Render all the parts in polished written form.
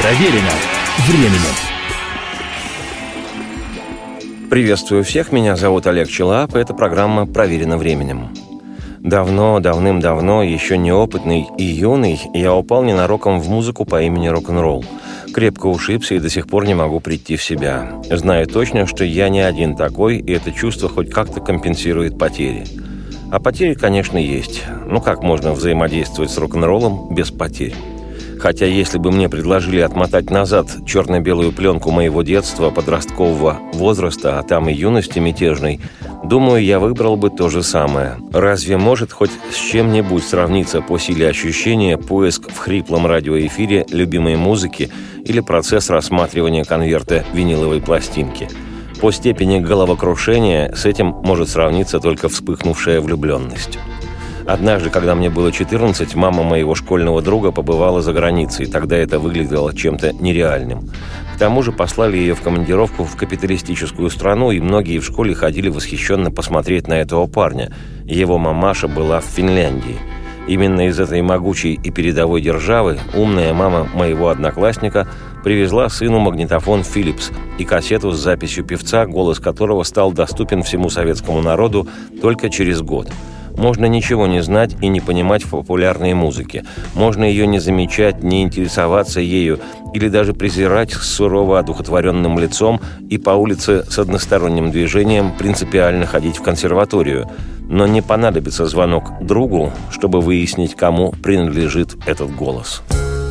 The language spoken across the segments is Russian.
Проверено временем. Приветствую всех, меня зовут Олег Челап, и это программа «Проверено временем». Давным-давно, еще неопытный и юный, я упал ненароком в музыку по имени рок-н-ролл. Крепко ушибся и до сих пор не могу прийти в себя. Знаю точно, что я не один такой, и это чувство хоть как-то компенсирует потери. А потери, конечно, есть. Ну как можно взаимодействовать с рок-н-роллом без потерь? Хотя если бы мне предложили отмотать назад черно-белую пленку моего детства, подросткового возраста, а там и юности мятежной, думаю, я выбрал бы то же самое. Разве может хоть с чем-нибудь сравниться по силе ощущения поиск в хриплом радиоэфире любимой музыки или процесс рассматривания конверта виниловой пластинки? По степени головокрушения с этим может сравниться только вспыхнувшая влюбленность. Однажды, когда мне было 14, мама моего школьного друга побывала за границей. Тогда это выглядело чем-то нереальным. К тому же послали ее в командировку в капиталистическую страну, и многие в школе ходили восхищенно посмотреть на этого парня. Его мамаша была в Финляндии. Именно из этой могучей и передовой державы умная мама моего одноклассника привезла сыну магнитофон Philips и кассету с записью певца, голос которого стал доступен всему советскому народу только через год. Можно ничего не знать и не понимать в популярной музыке. Можно ее не замечать, не интересоваться ею или даже презирать с сурово одухотворенным лицом и по улице с односторонним движением принципиально ходить в консерваторию. Но не понадобится звонок другу, чтобы выяснить, кому принадлежит этот голос.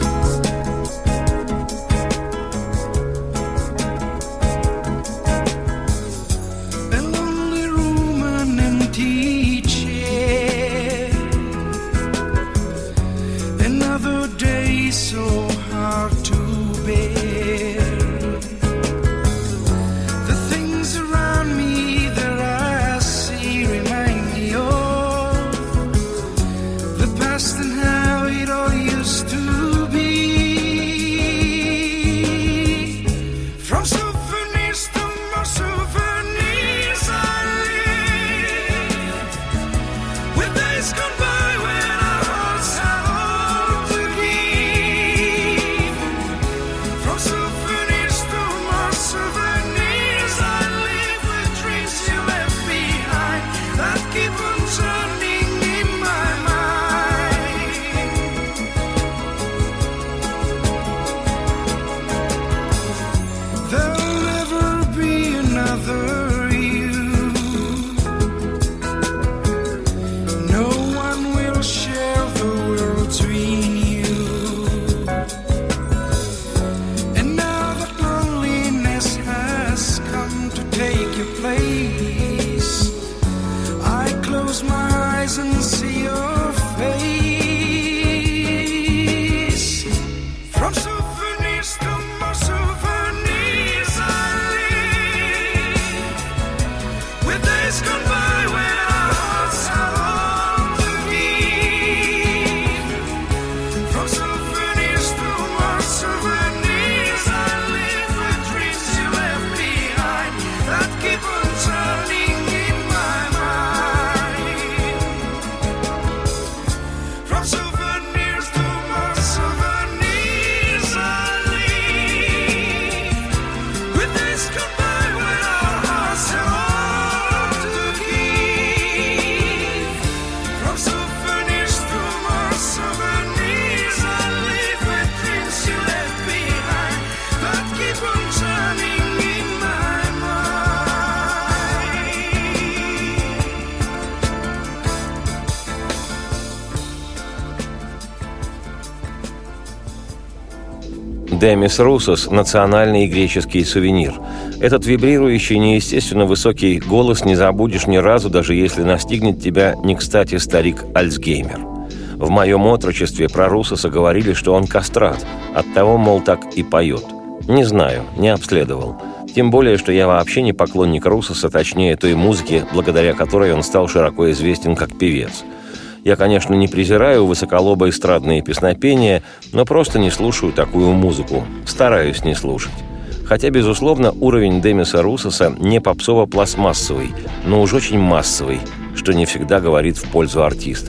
Демис Русос – национальный греческий сувенир. Этот вибрирующий, неестественно высокий голос не забудешь ни разу, даже если настигнет тебя не кстати старик Альцгеймер. В моем отрочестве про Русоса говорили, что он кастрат, оттого, мол, так и поет. Не знаю, не обследовал. Тем более, что я вообще не поклонник Русоса, точнее той музыки, благодаря которой он стал широко известен как певец. Я, конечно, не презираю высоколобо-эстрадные песнопения, но просто не слушаю такую музыку. Стараюсь не слушать. Хотя, безусловно, уровень Демиса Русоса не попсово-пластмассовый, но уж очень массовый, что не всегда говорит в пользу артиста.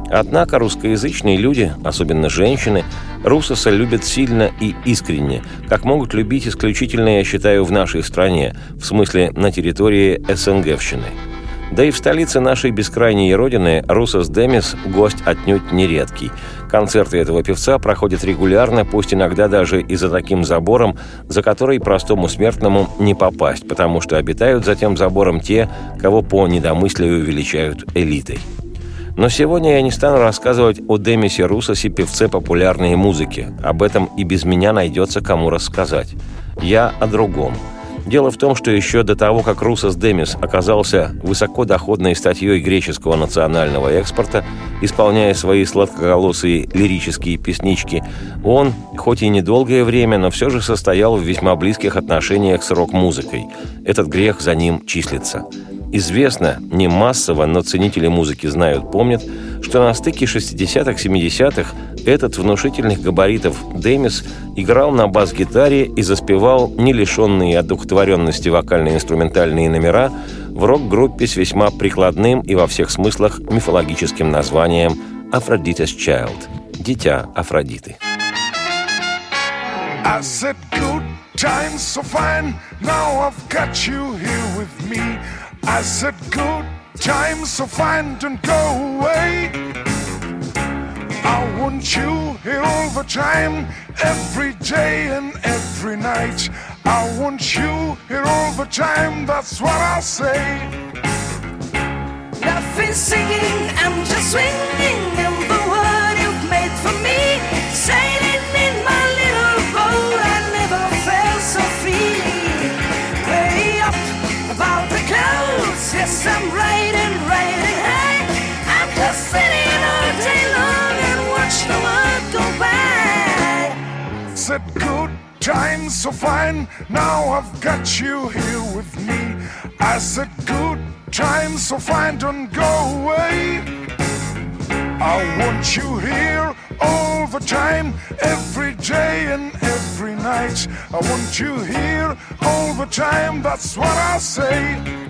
Однако русскоязычные люди, особенно женщины, Русоса любят сильно и искренне, как могут любить исключительно, я считаю, в нашей стране, в смысле на территории СНГвщины. Да и в столице нашей бескрайней родины Русос Демис – гость отнюдь нередкий. Концерты этого певца проходят регулярно, пусть иногда даже и за таким забором, за который простому смертному не попасть, потому что обитают за тем забором те, кого по недомыслию величают элитой. Но сегодня я не стану рассказывать о Демисе Русосе, певце популярной музыки. Об этом и без меня найдется кому рассказать. Я о другом. Дело в том, что еще до того, как Русос Демис оказался высокодоходной статьей греческого национального экспорта, исполняя свои сладкоголосые лирические песнички, он, хоть и недолгое время, но все же состоял в весьма близких отношениях с рок-музыкой. Этот грех за ним числится. Известно, не массово, но ценители музыки знают, помнят, что на стыке 60-х-70-х этот внушительных габаритов Демис играл на бас-гитаре и заспевал не лишенные одухотворенности вокально-инструментальные номера в рок-группе с весьма прикладным и во всех смыслах мифологическим названием «Aphrodite's Child» – «Дитя Афродиты». I said good times so fine, now I've got you here with me. I said good times so fine, don't go away. I want you here all the time, every day and every night. I want you here all the time, that's what I say. Nothing singing, I'm just swinging in the world you've made for me. Sailing in my little boat, I never felt so free. Way up above the clouds, yes, I'm riding high. I'm just sitting all day long and watch the world go by. Said good times so fine, now I've got you here with me. I said good times so fine, don't go away. I want you here all the time, every day and every night. I want you here all the time, that's what I say.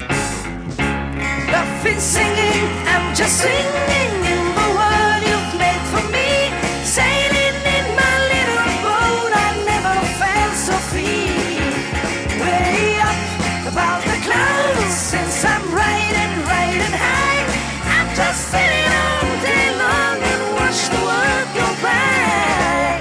Nothing singing, I'm just singing in the world you've made for me. Sailing in my little boat, I never felt so free. Way up above the clouds, since I'm riding high. I'm just sitting all day long and watch the world go by.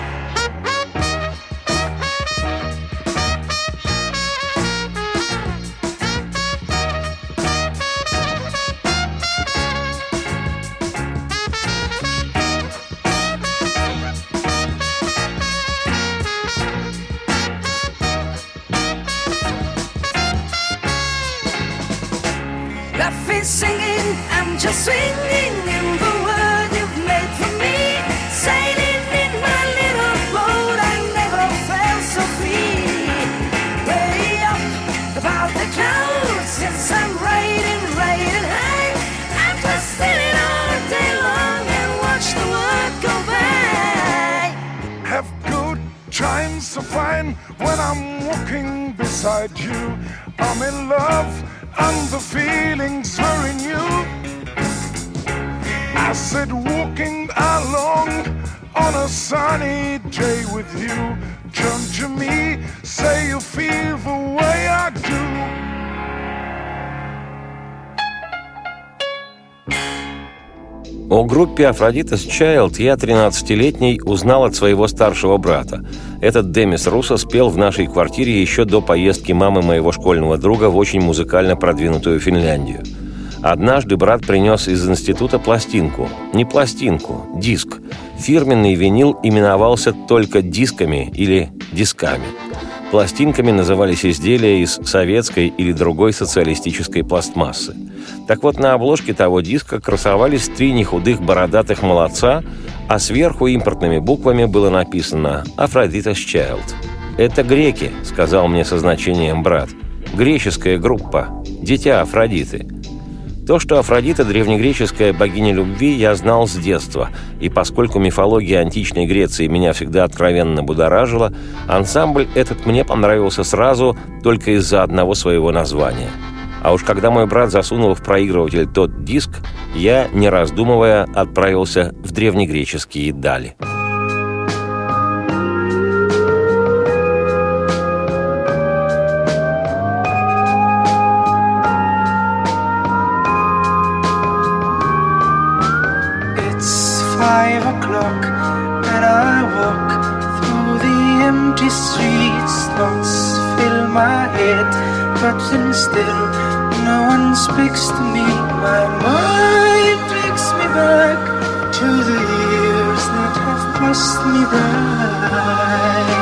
Nothing singing, I'm just swinging in the world you've made for me. Sailing in my little boat, I never felt so free. Way up above the clouds, since I'm riding high. I'm just sitting all day long and watch the world go by. Have good times so fine when I'm walking beside you. I'm in love and the feelings are in you. I said walking along on a sunny day with you. Turn to me, say you feel the way I do. О группе Aphrodite's Child я 13-летний узнал от своего старшего брата. Этот Демис Русос пел в нашей квартире еще до поездки мамы моего школьного друга в очень музыкально продвинутую Финляндию. Однажды брат принес из института пластинку. Не пластинку, диск. Фирменный винил именовался только дисками или дисками. Пластинками назывались изделия из советской или другой социалистической пластмассы. Так вот, на обложке того диска красовались 3 нехудых бородатых молодца, а сверху импортными буквами было написано «Aphrodite's Child». «Это греки», — сказал мне со значением брат. «Греческая группа. Дитя Афродиты». То, что Афродита – древнегреческая богиня любви, я знал с детства, и поскольку мифология античной Греции меня всегда откровенно будоражила, ансамбль этот мне понравился сразу только из-за одного своего названия. А уж когда мой брат засунул в проигрыватель тот диск, я, не раздумывая, отправился в древнегреческие дали. It's 5 o'clock and I walk through the empty streets. Thoughts fill my head, but then still no one speaks to me. My mind takes me back to the years that have passed me by.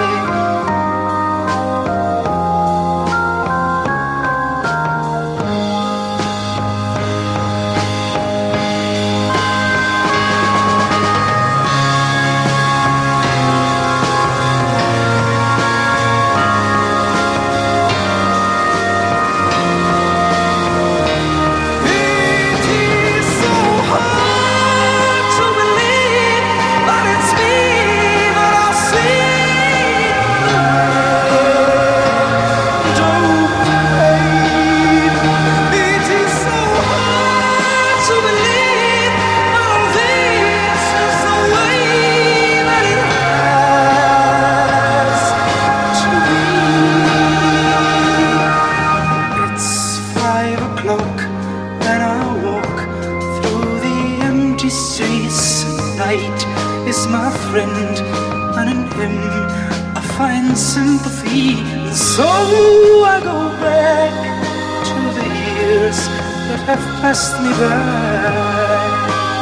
Sympathy, and so I go back to the years that have passed me by.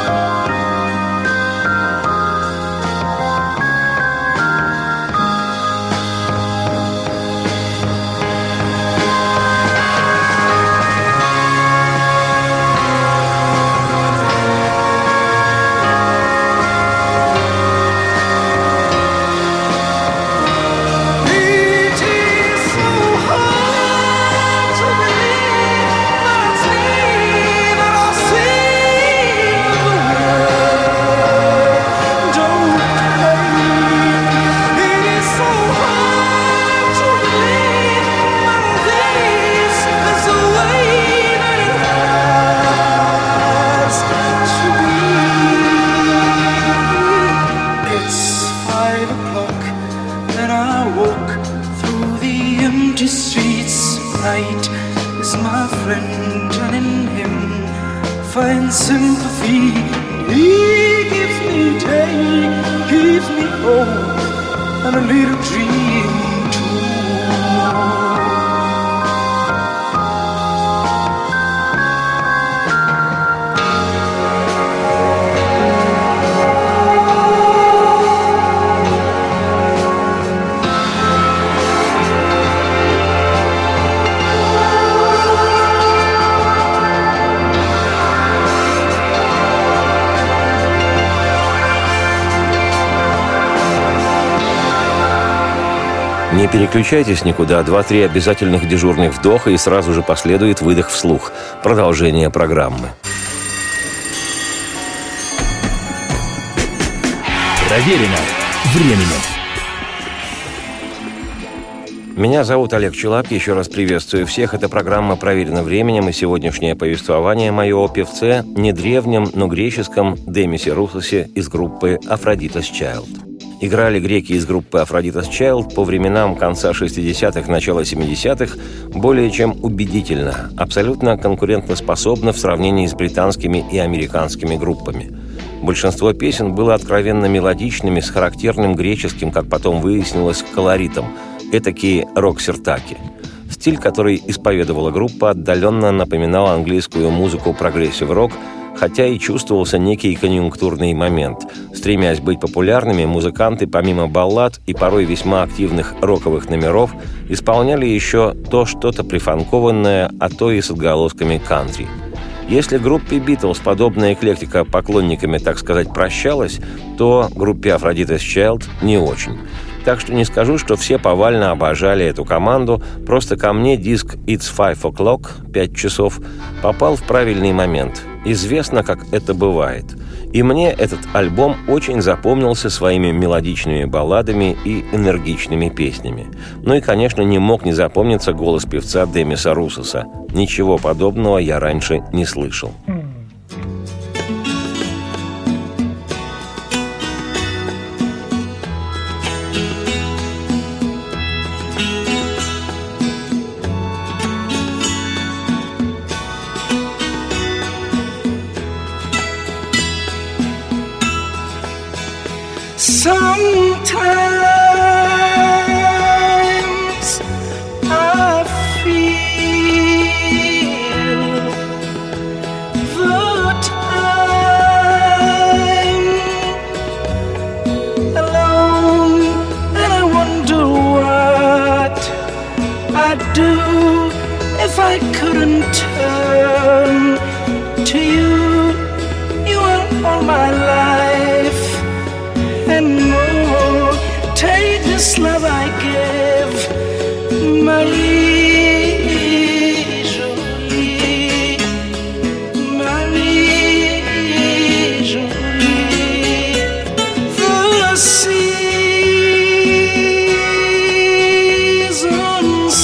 Sympathy, he gives me day, gives me hope, and a little dream too. Не переключайтесь никуда, 2-3 обязательных дежурных вдоха и сразу же последует выдох вслух. Продолжение программы. Проверено временем. Меня зовут Олег Челап, еще раз приветствую всех. Это программа «Проверено временем», и сегодняшнее повествование мое о певце, не древнем, но греческом Демисе Русосе из группы Aphrodite's Child. Играли греки из группы Aphrodite's Child по временам конца 60-х, начала 70-х более чем убедительно, абсолютно конкурентоспособно в сравнении с британскими и американскими группами. Большинство песен было откровенно мелодичными, с характерным греческим, как потом выяснилось, колоритом, этакие рок-сертаки. Стиль, который исповедовала группа, отдаленно напоминал английскую музыку прогрессив-рок, хотя и чувствовался некий конъюнктурный момент. Стремясь быть популярными, музыканты, помимо баллад и порой весьма активных роковых номеров, исполняли еще то что-то прифанкованное, а то и с отголосками кантри. Если группе «Битлз» подобная эклектика поклонниками, так сказать, прощалась, то группе Aphrodite's Child не очень. Так что не скажу, что все повально обожали эту команду, просто ко мне диск «It's 5 o'clock» 5 часов попал в правильный момент. Известно, как это бывает. И мне этот альбом очень запомнился своими мелодичными балладами и энергичными песнями. Ну и, конечно, не мог не запомниться голос певца Демиса Русоса. Ничего подобного я раньше не слышал. Sometimes I feel the time alone, and I wonder what I'd do if I couldn't turn to you. You are all my life and more. Take this love I give, Marie Jolie, Marie Jolie. The seasons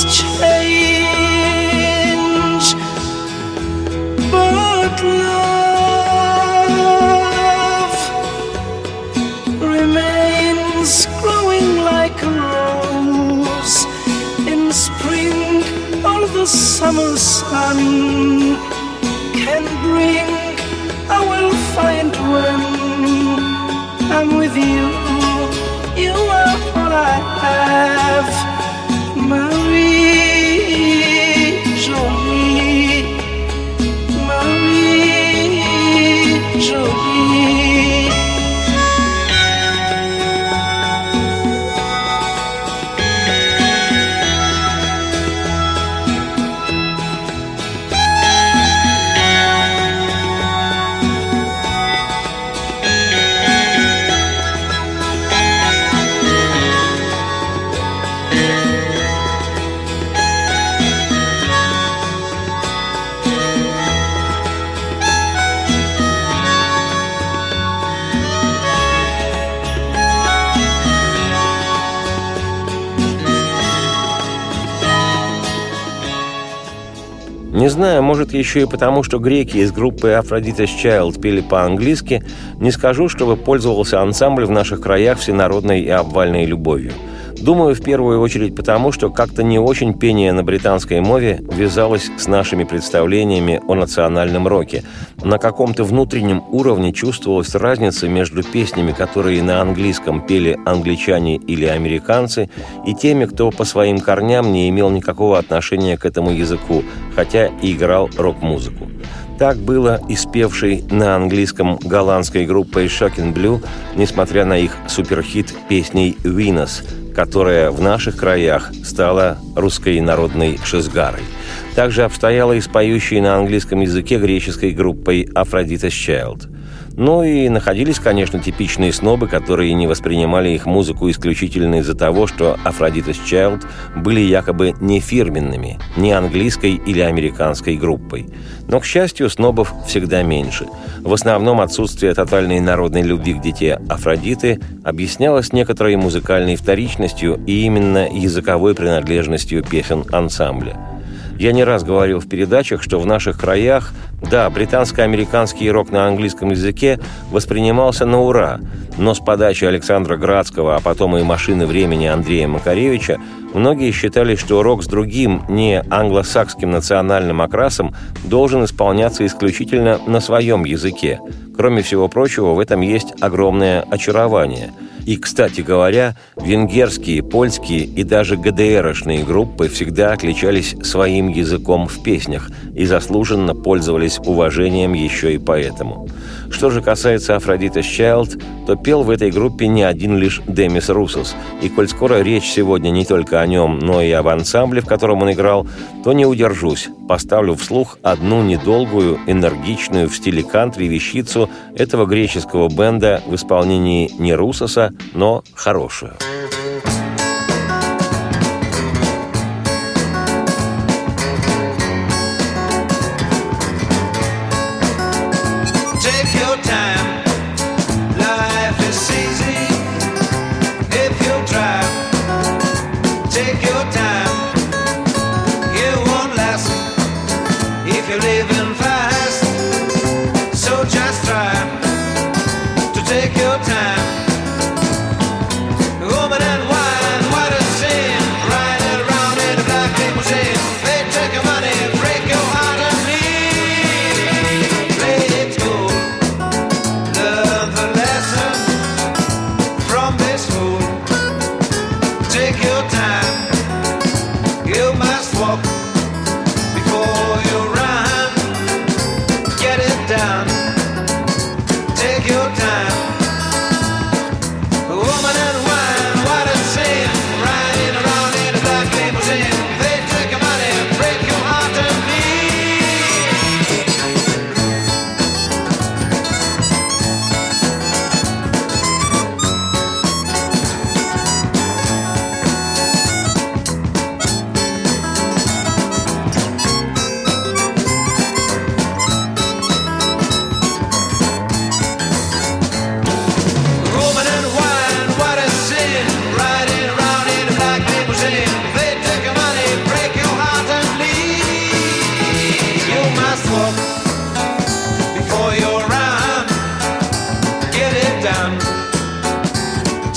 change, but love remains growing like a rose in spring. All the summer sun can bring, I will find when I'm with you. You are all I have, Marie Jolie, Marie Jolie. Не знаю, может, еще и потому, что греки из группы Aphrodite's Child пели по-английски, не скажу, чтобы пользовался ансамбль в наших краях всенародной и обвальной любовью. Думаю, в первую очередь потому, что как-то не очень пение на британской мове вязалось с нашими представлениями о национальном роке. На каком-то внутреннем уровне чувствовалась разница между песнями, которые на английском пели англичане или американцы, и теми, кто по своим корням не имел никакого отношения к этому языку, хотя и играл рок-музыку. Так было и с певшей на английском голландской группой Shocking Blue, несмотря на их суперхит песней «Venus», которая в наших краях стала русской народной шизгарой. Также обстояло и с поющей на английском языке греческой группой Aphrodite's Child. Ну и находились, конечно, типичные снобы, которые не воспринимали их музыку исключительно из-за того, что Aphrodite's Child были якобы не фирменными, не английской или американской группой. Но, к счастью, снобов всегда меньше. В основном отсутствие тотальной народной любви к дите Афродиты объяснялось некоторой музыкальной вторичностью и именно языковой принадлежностью песен ансамбля. Я не раз говорил в передачах, что в наших краях, да, британско-американский рок на английском языке воспринимался на ура, но с подачи Александра Градского, а потом и «Машины времени» Андрея Макаревича, многие считали, что рок с другим, не англосакским национальным окрасом должен исполняться исключительно на своем языке. Кроме всего прочего, в этом есть огромное очарование. И, кстати говоря, венгерские, польские и даже ГДРшные группы всегда отличались своим языком в песнях и заслуженно пользовались уважением еще и поэтому. Что же касается Aphrodite's Child, то пел в этой группе не один лишь Демис Русос. И коль скоро речь сегодня не только о нем, но и об ансамбле, в котором он играл, то не удержусь. Поставлю вслух одну недолгую, энергичную в стиле кантри вещицу этого греческого бенда в исполнении не Русоса, но хорошую. Take your time,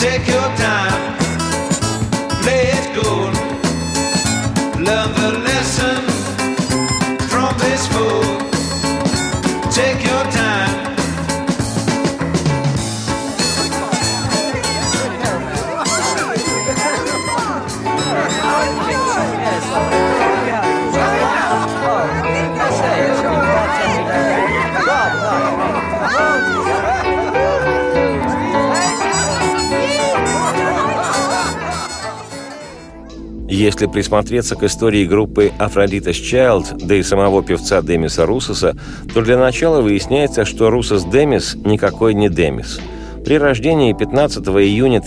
Take your time, play it cool, learn the lesson from this fool. Take your time. Если присмотреться к истории группы Aphrodite's Child, да и самого певца Демиса Русоса, то для начала выясняется, что Русос Демис никакой не Демис. При рождении 15 июня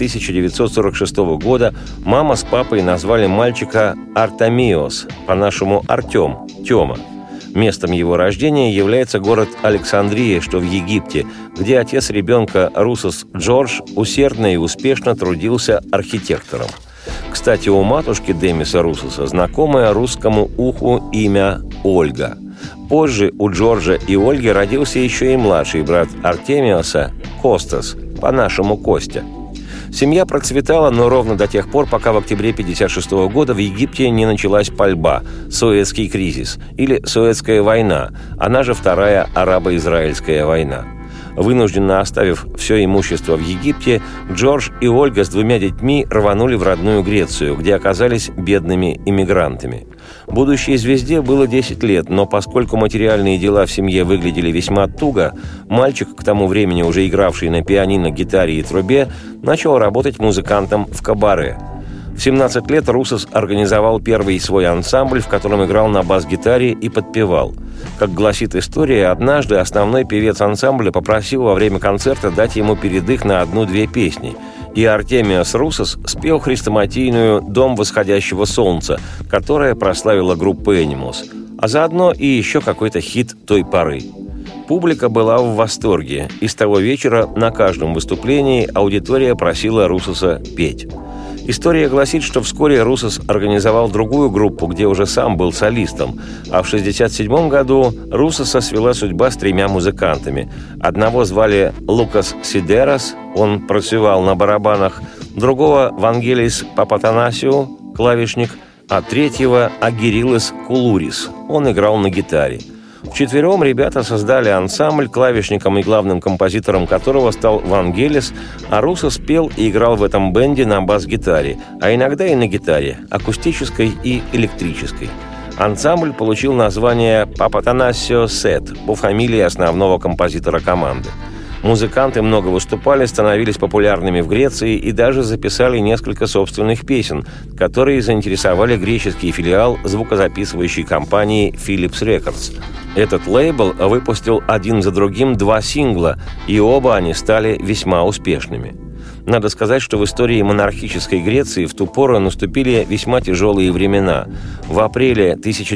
1946 года мама с папой назвали мальчика Артемиос, по-нашему Артем, Тёма. Местом его рождения является город Александрия, что в Египте, где отец ребенка Русос Джордж усердно и успешно трудился архитектором. Кстати, у матушки Демиса Русоса знакомое русскому уху имя Ольга. Позже у Джорджа и Ольги родился еще и младший брат Артемиоса Костас, по-нашему Костя. Семья процветала, но ровно до тех пор, пока в октябре 1956 года в Египте не началась пальба, Суэцкий кризис или Суэцкая война, она же Вторая арабо-израильская война. Вынужденно оставив все имущество в Египте, Джордж и Ольга с 2 детьми рванули в родную Грецию, где оказались бедными иммигрантами. Будущей звезде было 10 лет, но поскольку материальные дела в семье выглядели весьма туго, мальчик, к тому времени уже игравший на пианино, гитаре и трубе, начал работать музыкантом в кабаре. В 17 лет Русос организовал первый свой ансамбль, в котором играл на бас-гитаре и подпевал. Как гласит история, однажды основной певец ансамбля попросил во время концерта дать ему передых на 1-2 песни, и Артемиос Русос спел хрестоматийную «Дом восходящего солнца», которая прославила группу Animals, а заодно и еще какой-то хит той поры. Публика была в восторге, и с того вечера на каждом выступлении аудитория просила Русоса петь. История гласит, что вскоре Русос организовал другую группу, где уже сам был солистом, а в 1967 году Русоса свела судьба с 3 музыкантами. Одного звали Лукас Сидерас, он працевал на барабанах, другого Вангелис Папатанасиу, клавишник, а третьего Агирилес Кулурис, он играл на гитаре. Вчетвером ребята создали ансамбль, клавишником и главным композитором которого стал Вангелис, а Русос пел и играл в этом бенде на бас-гитаре, а иногда и на гитаре, акустической и электрической. Ансамбль получил название «Папатанасио Сет» по фамилии основного композитора команды. Музыканты много выступали, становились популярными в Греции и даже записали несколько собственных песен, которые заинтересовали греческий филиал звукозаписывающей компании Philips Records. Этот лейбл выпустил один за другим 2 сингла, и оба они стали весьма успешными. Надо сказать, что в истории монархической Греции в ту пору наступили весьма тяжелые времена. В апреле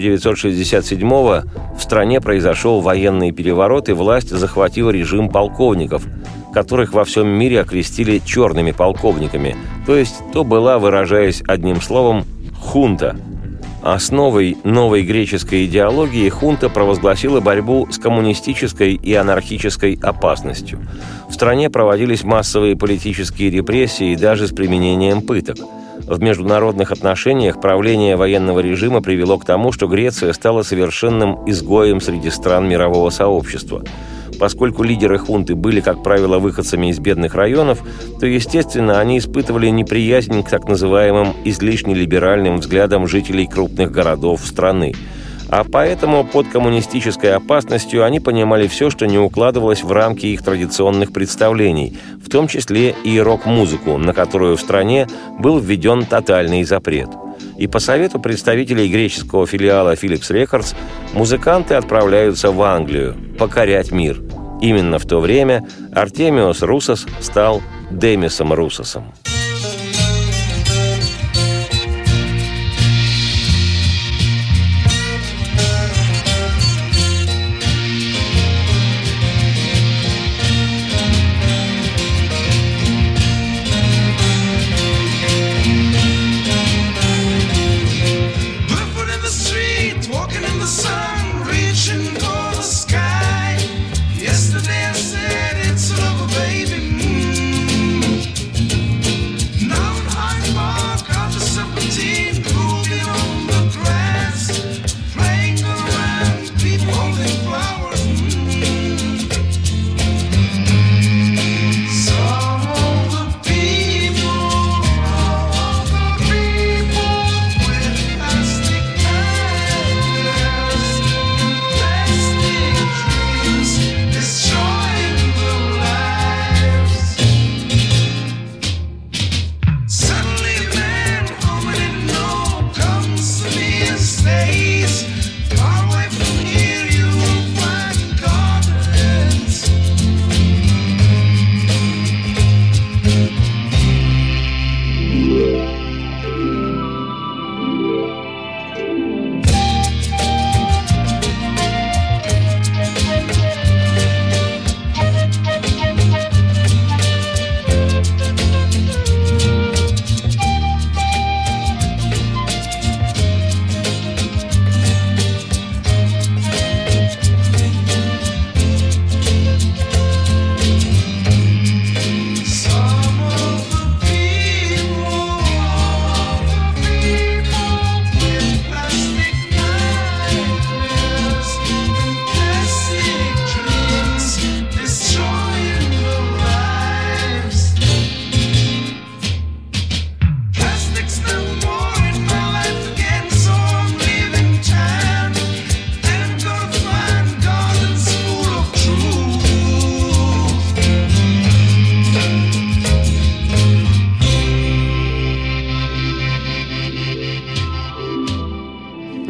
1967-го в стране произошел военный переворот, и власть захватил режим полковников, которых во всем мире окрестили черными полковниками, то есть то была, выражаясь одним словом, хунта. Основой новой греческой идеологии хунта провозгласила борьбу с коммунистической и анархической опасностью. В стране проводились массовые политические репрессии даже с применением пыток. В международных отношениях правление военного режима привело к тому, что Греция стала совершенным изгоем среди стран мирового сообщества. Поскольку лидеры хунты были, как правило, выходцами из бедных районов, то, естественно, они испытывали неприязнь к так называемым излишне либеральным взглядам жителей крупных городов страны. А поэтому под коммунистической опасностью они понимали все, что не укладывалось в рамки их традиционных представлений, в том числе и рок-музыку, на которую в стране был введен тотальный запрет. И по совету представителей греческого филиала Philips Records музыканты отправляются в Англию покорять мир. Именно в то время Артемиос Русос стал Демисом Русосом.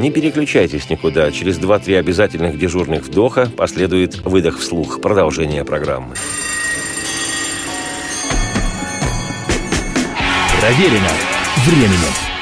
Не переключайтесь никуда. Через 2-3 обязательных дежурных вдоха последует выдох вслух. Продолжение программы. Проверено временем.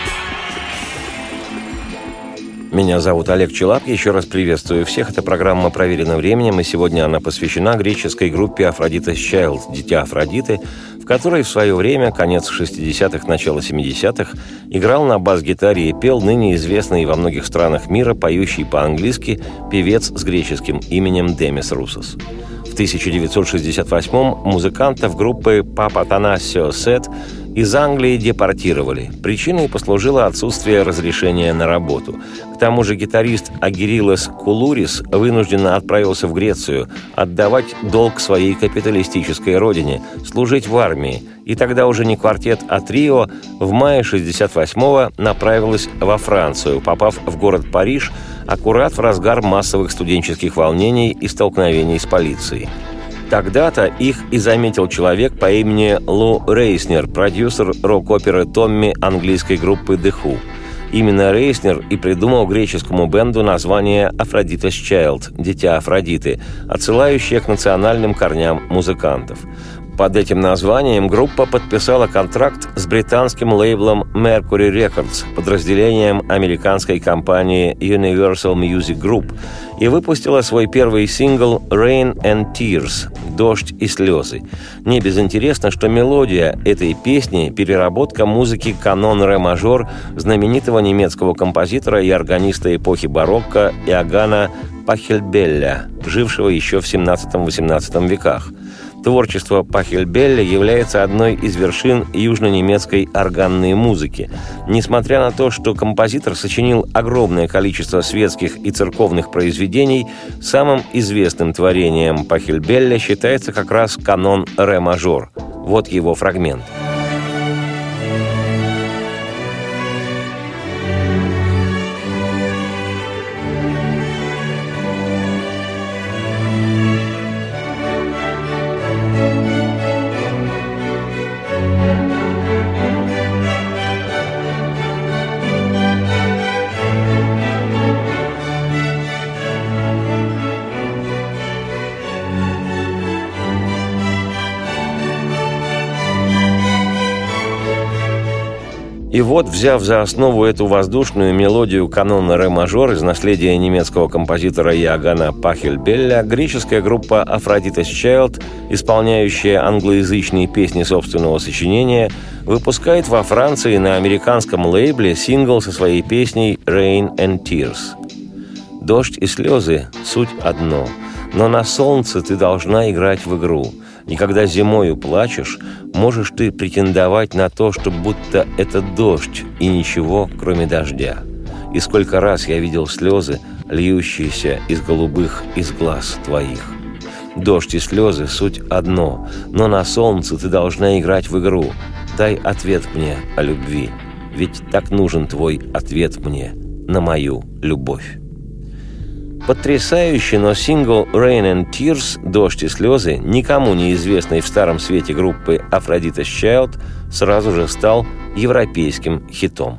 Меня зовут Олег Челап. Еще раз приветствую всех. Эта программа «Проверена временем», и сегодня она посвящена греческой группе Aphrodite's Child, «Дитя Афродиты», в которой в свое время, конец 60-х, начало 70-х, играл на бас-гитаре и пел ныне известный во многих странах мира, поющий по-английски певец с греческим именем Демис Русос. В 1968-м музыкантов группы Папатанасио Сет из Англии депортировали. Причиной послужило отсутствие разрешения на работу. К тому же гитарист Агирилос Кулурис вынужденно отправился в Грецию отдавать долг своей капиталистической родине, служить в армии. И тогда уже не квартет, а трио в мае 68-го направилось во Францию, попав в город Париж аккурат в разгар массовых студенческих волнений и столкновений с полицией. Тогда-то их и заметил человек по имени Лу Рейснер, продюсер рок-оперы «Томми» английской группы The Who. Именно Рейснер и придумал греческому бенду название Aphrodite's Child – «Дитя Афродиты», отсылающее к национальным корням музыкантов. Под этим названием группа подписала контракт с британским лейблом Mercury Records, подразделением американской компании Universal Music Group, и выпустила свой первый сингл «Rain and Tears» – «Дождь и слезы». Не безинтересно, что мелодия этой песни – переработка музыки канон ре-мажор знаменитого немецкого композитора и органиста эпохи барокко Иоганна Пахельбеля, жившего еще в 17-18 веках. Творчество Пахельбеля является одной из вершин южно-немецкой органной музыки. Несмотря на то, что композитор сочинил огромное количество светских и церковных произведений, самым известным творением Пахельбеля считается как раз канон ре-мажор. Вот его фрагмент. И вот, взяв за основу эту воздушную мелодию канона ре-мажор из наследия немецкого композитора Иоганна Пахельбеля, греческая группа Aphrodite's Child, исполняющая англоязычные песни собственного сочинения, выпускает во Франции на американском лейбле сингл со своей песней «Rain and Tears». «Дождь и слезы – суть одно, но на солнце ты должна играть в игру. И когда зимою плачешь, можешь ты претендовать на то, что будто это дождь и ничего, кроме дождя. И сколько раз я видел слезы, льющиеся из голубых из глаз твоих. Дождь и слезы – суть одно, но на солнце ты должна играть в игру. Дай ответ мне о любви, ведь так нужен твой ответ мне на мою любовь». Потрясающий, но сингл «Rain and Tears» «Дождь и слезы», никому неизвестный в старом свете группы Aphrodite's Child, сразу же стал европейским хитом.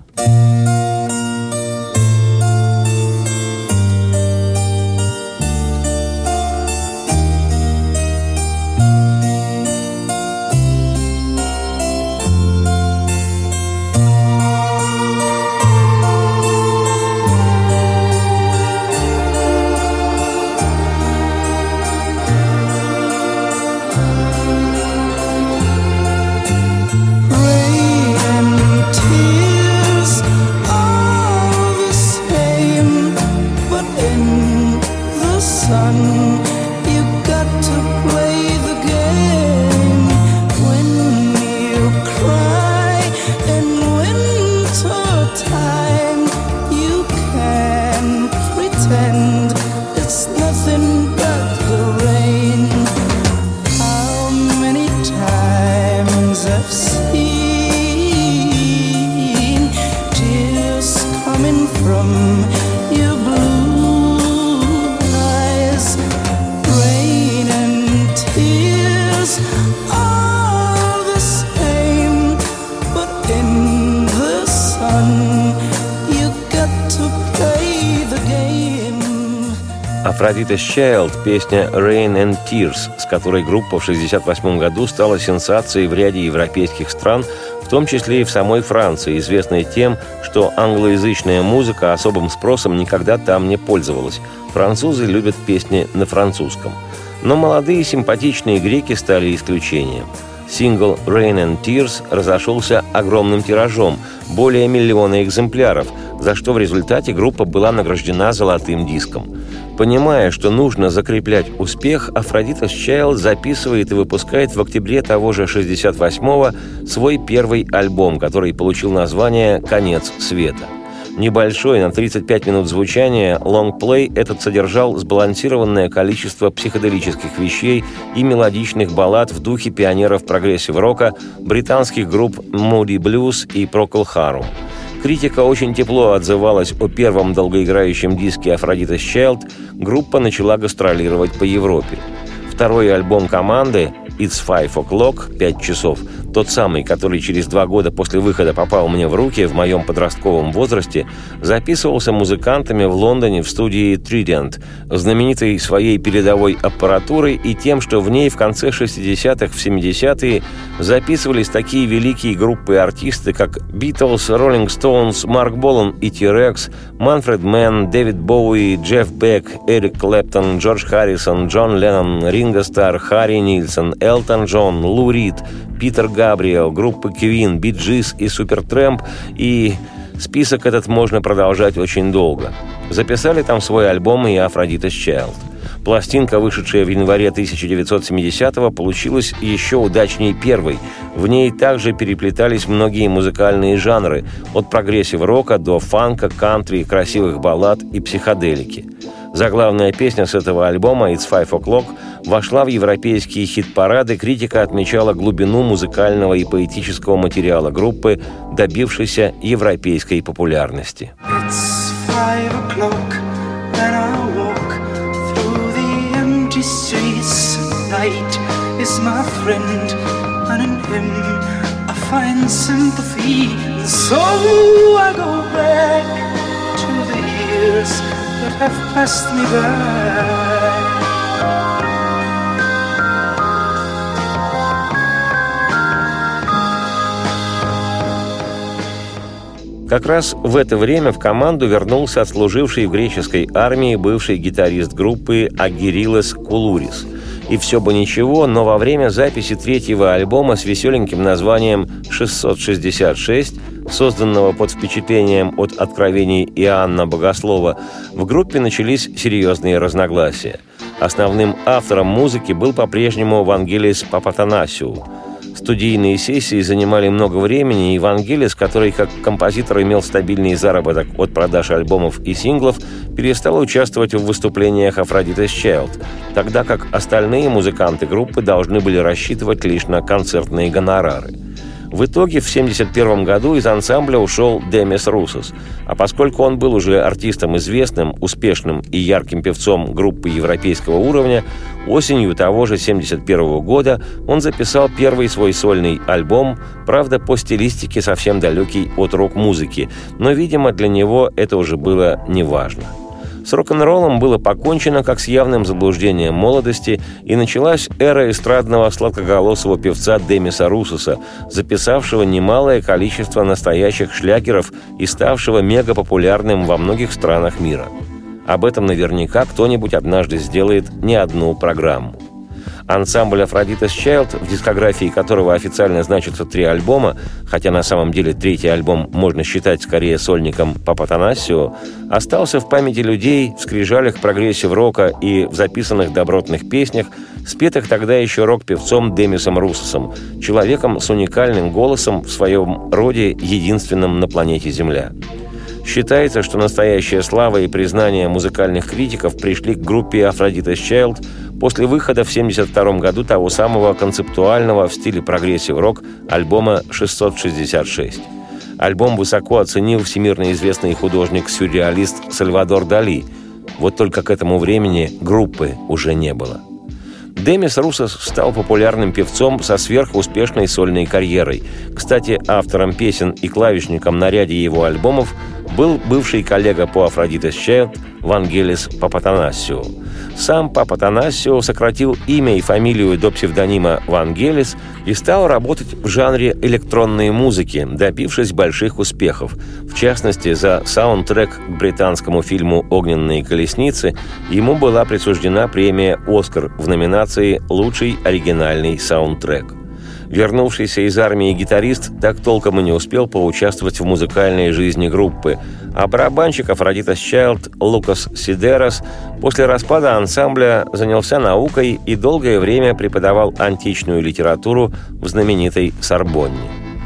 You got to play Aphrodite's Child – песня «Rain and Tears», с которой группа в 1968 году стала сенсацией в ряде европейских стран, в том числе и в самой Франции, известной тем, что англоязычная музыка особым спросом никогда там не пользовалась. Французы любят песни на французском. Но молодые симпатичные греки стали исключением. Сингл «Rain and Tears» разошелся огромным тиражом – более 1 миллиона экземпляров, за что в результате группа была награждена золотым диском. Понимая, что нужно закреплять успех, Aphrodite's Child записывает и выпускает в октябре того же 1968-го свой первый альбом, который получил название «Конец света». Небольшой, на 35 минут звучания, лонгплей этот содержал сбалансированное количество психоделических вещей и мелодичных баллад в духе пионеров прогрессив-рока, британских групп Moody Blues и Procol Harum. Критика очень тепло отзывалась о первом долгоиграющем диске Aphrodite's Child, группа начала гастролировать по Европе. Второй альбом команды «It's 5 o'clock» 5 часов, тот самый, который через 2 года после выхода попал мне в руки в моем подростковом возрасте, записывался музыкантами в Лондоне в студии Trident, знаменитой своей передовой аппаратурой и тем, что в ней в конце 60-х, в 70-е записывались такие великие группы и артисты, как Beatles, Rolling Stones, Марк Болан и T-Rex, Манфред Мэн, Дэвид Боуи, Джефф Бек, Эрик Клэптон, Джордж Харрисон, Джон Леннон, Ринго Старр, Харри Нильсон, Элтон Джон, Лу Рид, Питер Габриэл, группы Queen, Bee Gees и Supertramp, и список этот можно продолжать очень долго. Записали там свой альбом и Aphrodite's Child. Пластинка, вышедшая в январе 1970-го, получилась еще удачнее первой. В ней также переплетались многие музыкальные жанры, от прогрессив-рока до фанка, кантри, красивых баллад и психоделики. Заглавная песня с этого альбома «It's 5 o'clock» вошла в европейские хит-парады, критика отмечала глубину музыкального и поэтического материала группы, добившейся европейской популярности. It's 5 o'clock and I walk through the empty streets. Night is my friend and in him I find sympathy. And so I go back to the years that have passed me by. Как раз в это время в команду вернулся отслуживший в греческой армии бывший гитарист группы Агирилес Кулурис. И все бы ничего, но во время записи третьего альбома с веселеньким названием «666», созданного под впечатлением от откровений Иоанна Богослова, в группе начались серьезные разногласия. Основным автором музыки был по-прежнему Вангелис Папатанасиу. Студийные сессии занимали много времени, и Вангелис, который как композитор имел стабильный заработок от продаж альбомов и синглов, перестал участвовать в выступлениях Aphrodite's Child, тогда как остальные музыканты группы должны были рассчитывать лишь на концертные гонорары. В итоге в 1971 году из ансамбля ушел Демис Русос, а поскольку он был уже артистом известным, успешным и ярким певцом группы европейского уровня, осенью того же 1971 года он записал первый свой сольный альбом, правда, по стилистике совсем далекий от рок-музыки, но, видимо, для него это уже было неважно. С рок-н-роллом было покончено, как с явным заблуждением молодости, и началась эра эстрадного сладкоголосого певца Демиса Русоса, записавшего немалое количество настоящих шлягеров и ставшего мегапопулярным во многих странах мира. Об этом наверняка кто-нибудь однажды сделает не одну программу. Ансамбль Aphrodite's Child, в дискографии которого официально значится 3 альбома, хотя на самом деле третий альбом можно считать скорее сольником Папатанасио, остался в памяти людей в скрижалях прогрессив-рока и в записанных добротных песнях, спетых тогда еще рок-певцом Демисом Русосом, человеком с уникальным голосом, в своем роде единственным на планете Земля. Считается, что настоящая слава и признание музыкальных критиков пришли к группе Aphrodite's Child после выхода в 1972 году того самого концептуального в стиле прогрессив-рок альбома «666». Альбом высоко оценил всемирно известный художник-сюрреалист Сальвадор Дали. Вот только к этому времени группы уже не было. Демис Русос стал популярным певцом со сверхуспешной сольной карьерой. Кстати, автором песен и клавишником на ряде его альбомов был бывший коллега по Aphrodite's Child Вангелис Папатанасиу. Сам папа Танассио сократил имя и фамилию до псевдонима Вангелис и стал работать в жанре электронной музыки, добившись больших успехов. В частности, за саундтрек к британскому фильму «Огненные колесницы» ему была присуждена премия «Оскар» в номинации «Лучший оригинальный саундтрек». Вернувшийся из армии гитарист так толком и не успел поучаствовать в музыкальной жизни группы, а барабанщик Aphrodite's Child Лукас Сидерос после распада ансамбля занялся наукой и долгое время преподавал античную литературу в знаменитой Сорбонне.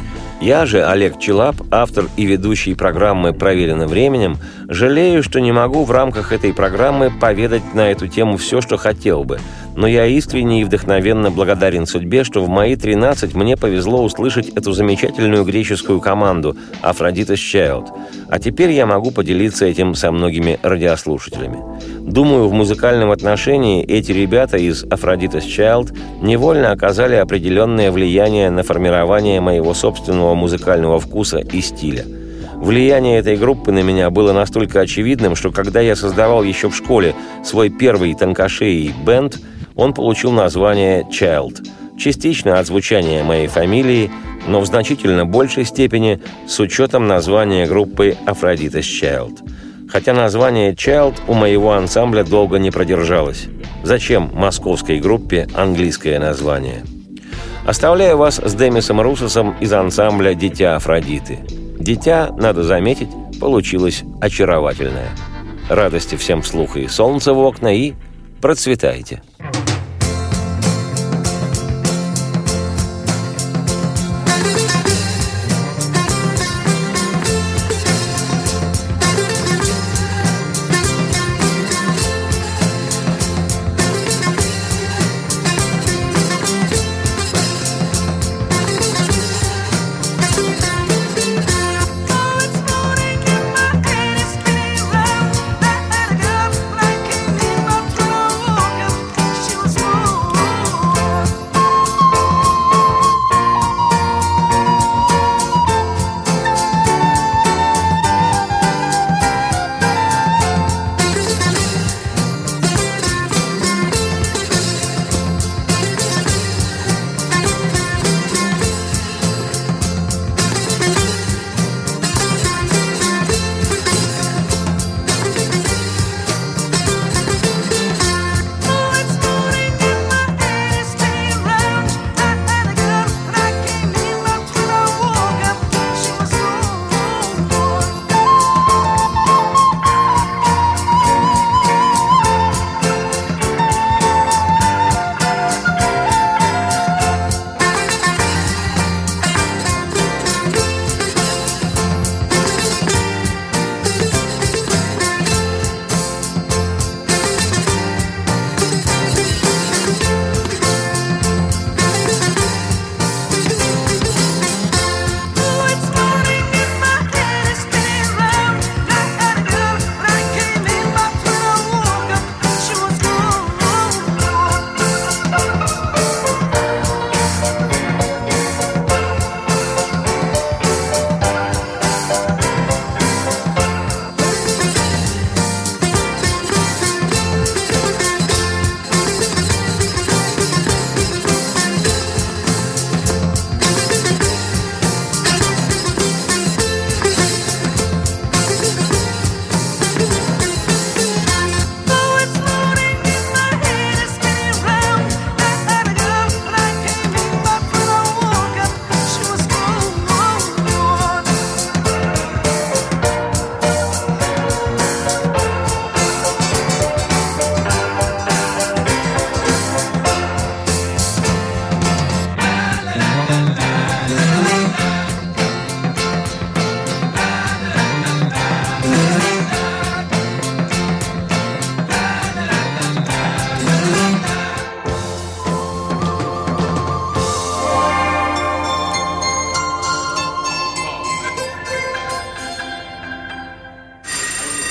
Я же, Олег Челап, автор и ведущий программы «Проверено временем», жалею, что не могу в рамках этой программы поведать на эту тему все, что хотел бы. Но я искренне и вдохновенно благодарен судьбе, что в мои 13 мне повезло услышать эту замечательную греческую команду Aphrodite's Child. А теперь я могу поделиться этим со многими радиослушателями. Думаю, в музыкальном отношении эти ребята из Aphrodite's Child невольно оказали определенное влияние на формирование моего собственного музыкального вкуса и стиля. Влияние этой группы на меня было настолько очевидным, что когда я создавал еще в школе свой первый тонкошеий бэнд, он получил название «Child», частично от звучания моей фамилии, но в значительно большей степени с учетом названия группы Aphrodite's Child. Хотя название «Child» у моего ансамбля долго не продержалось. Зачем московской группе английское название? Оставляю вас с Демисом Русосом из ансамбля «Дитя Афродиты». Дитя, надо заметить, получилось очаровательное. Радости всем вслух и солнца в окна, и процветайте!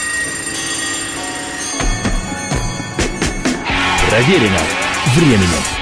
Проверено временем.